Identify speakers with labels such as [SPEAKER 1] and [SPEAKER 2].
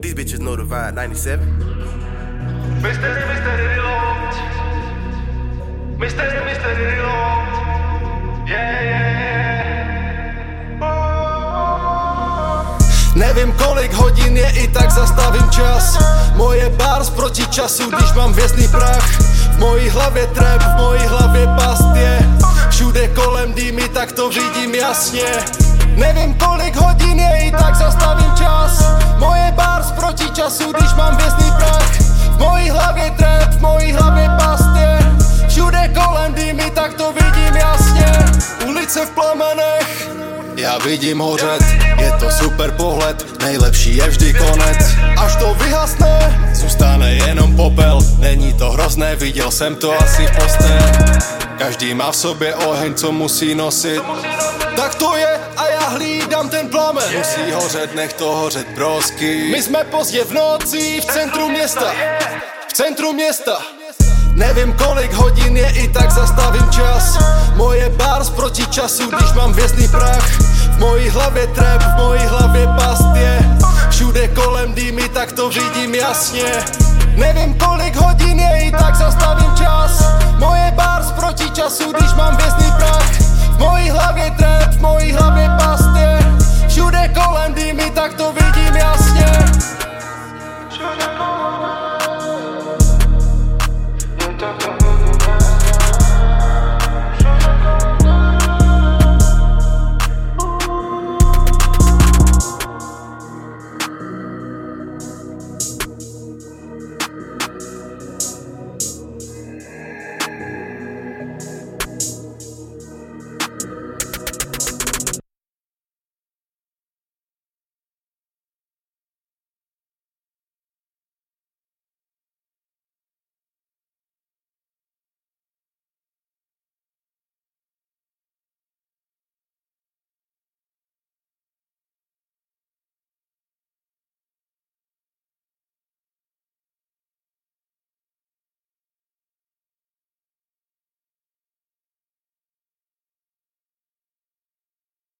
[SPEAKER 1] These bitches know the vibe, 97.
[SPEAKER 2] Mystery Reload. Mystery Reload.
[SPEAKER 3] Nevím kolik hodin je, i tak zastavím čas. Moje bars proti času, když mám vězný prach. V mojí hlavě trap, v mojí hlavě pastě. Všude kolem dýmy, tak to vidím jasně. Nevím kolik hodin je, i tak zastavím čas. Moje bars proti času, když mám vězný prach. V mojí hlavě trap, v mojí hlavě pastě. Všude kolem dýmy, tak to vidím jasně. Ulice v plamenech, já vidím hořet, je to super pohled, nejlepší je vždy konec. Až to vyhasne, zůstane jenom popel, není to hrozné, viděl jsem to asi v postel. Každý má v sobě oheň, co musí nosit. Tak to je a já hlídám ten plamen. Musí hořet, nech to hořet brosky. My jsme pozdě v noci v centru města. V centru města. Nevím kolik hodin je, i tak zastavím čas. Moje bars proti času, když mám vězný prach. V mojí hlavě trap, v mojí hlavě pastě. Všude kolem dýmy, tak to vidím jasně. Nevím kolik hodin je, i tak zastavím čas. Moje bars proti času, když mám vězný prach. V mojí hlavě trap, v mojí hlavě pastě.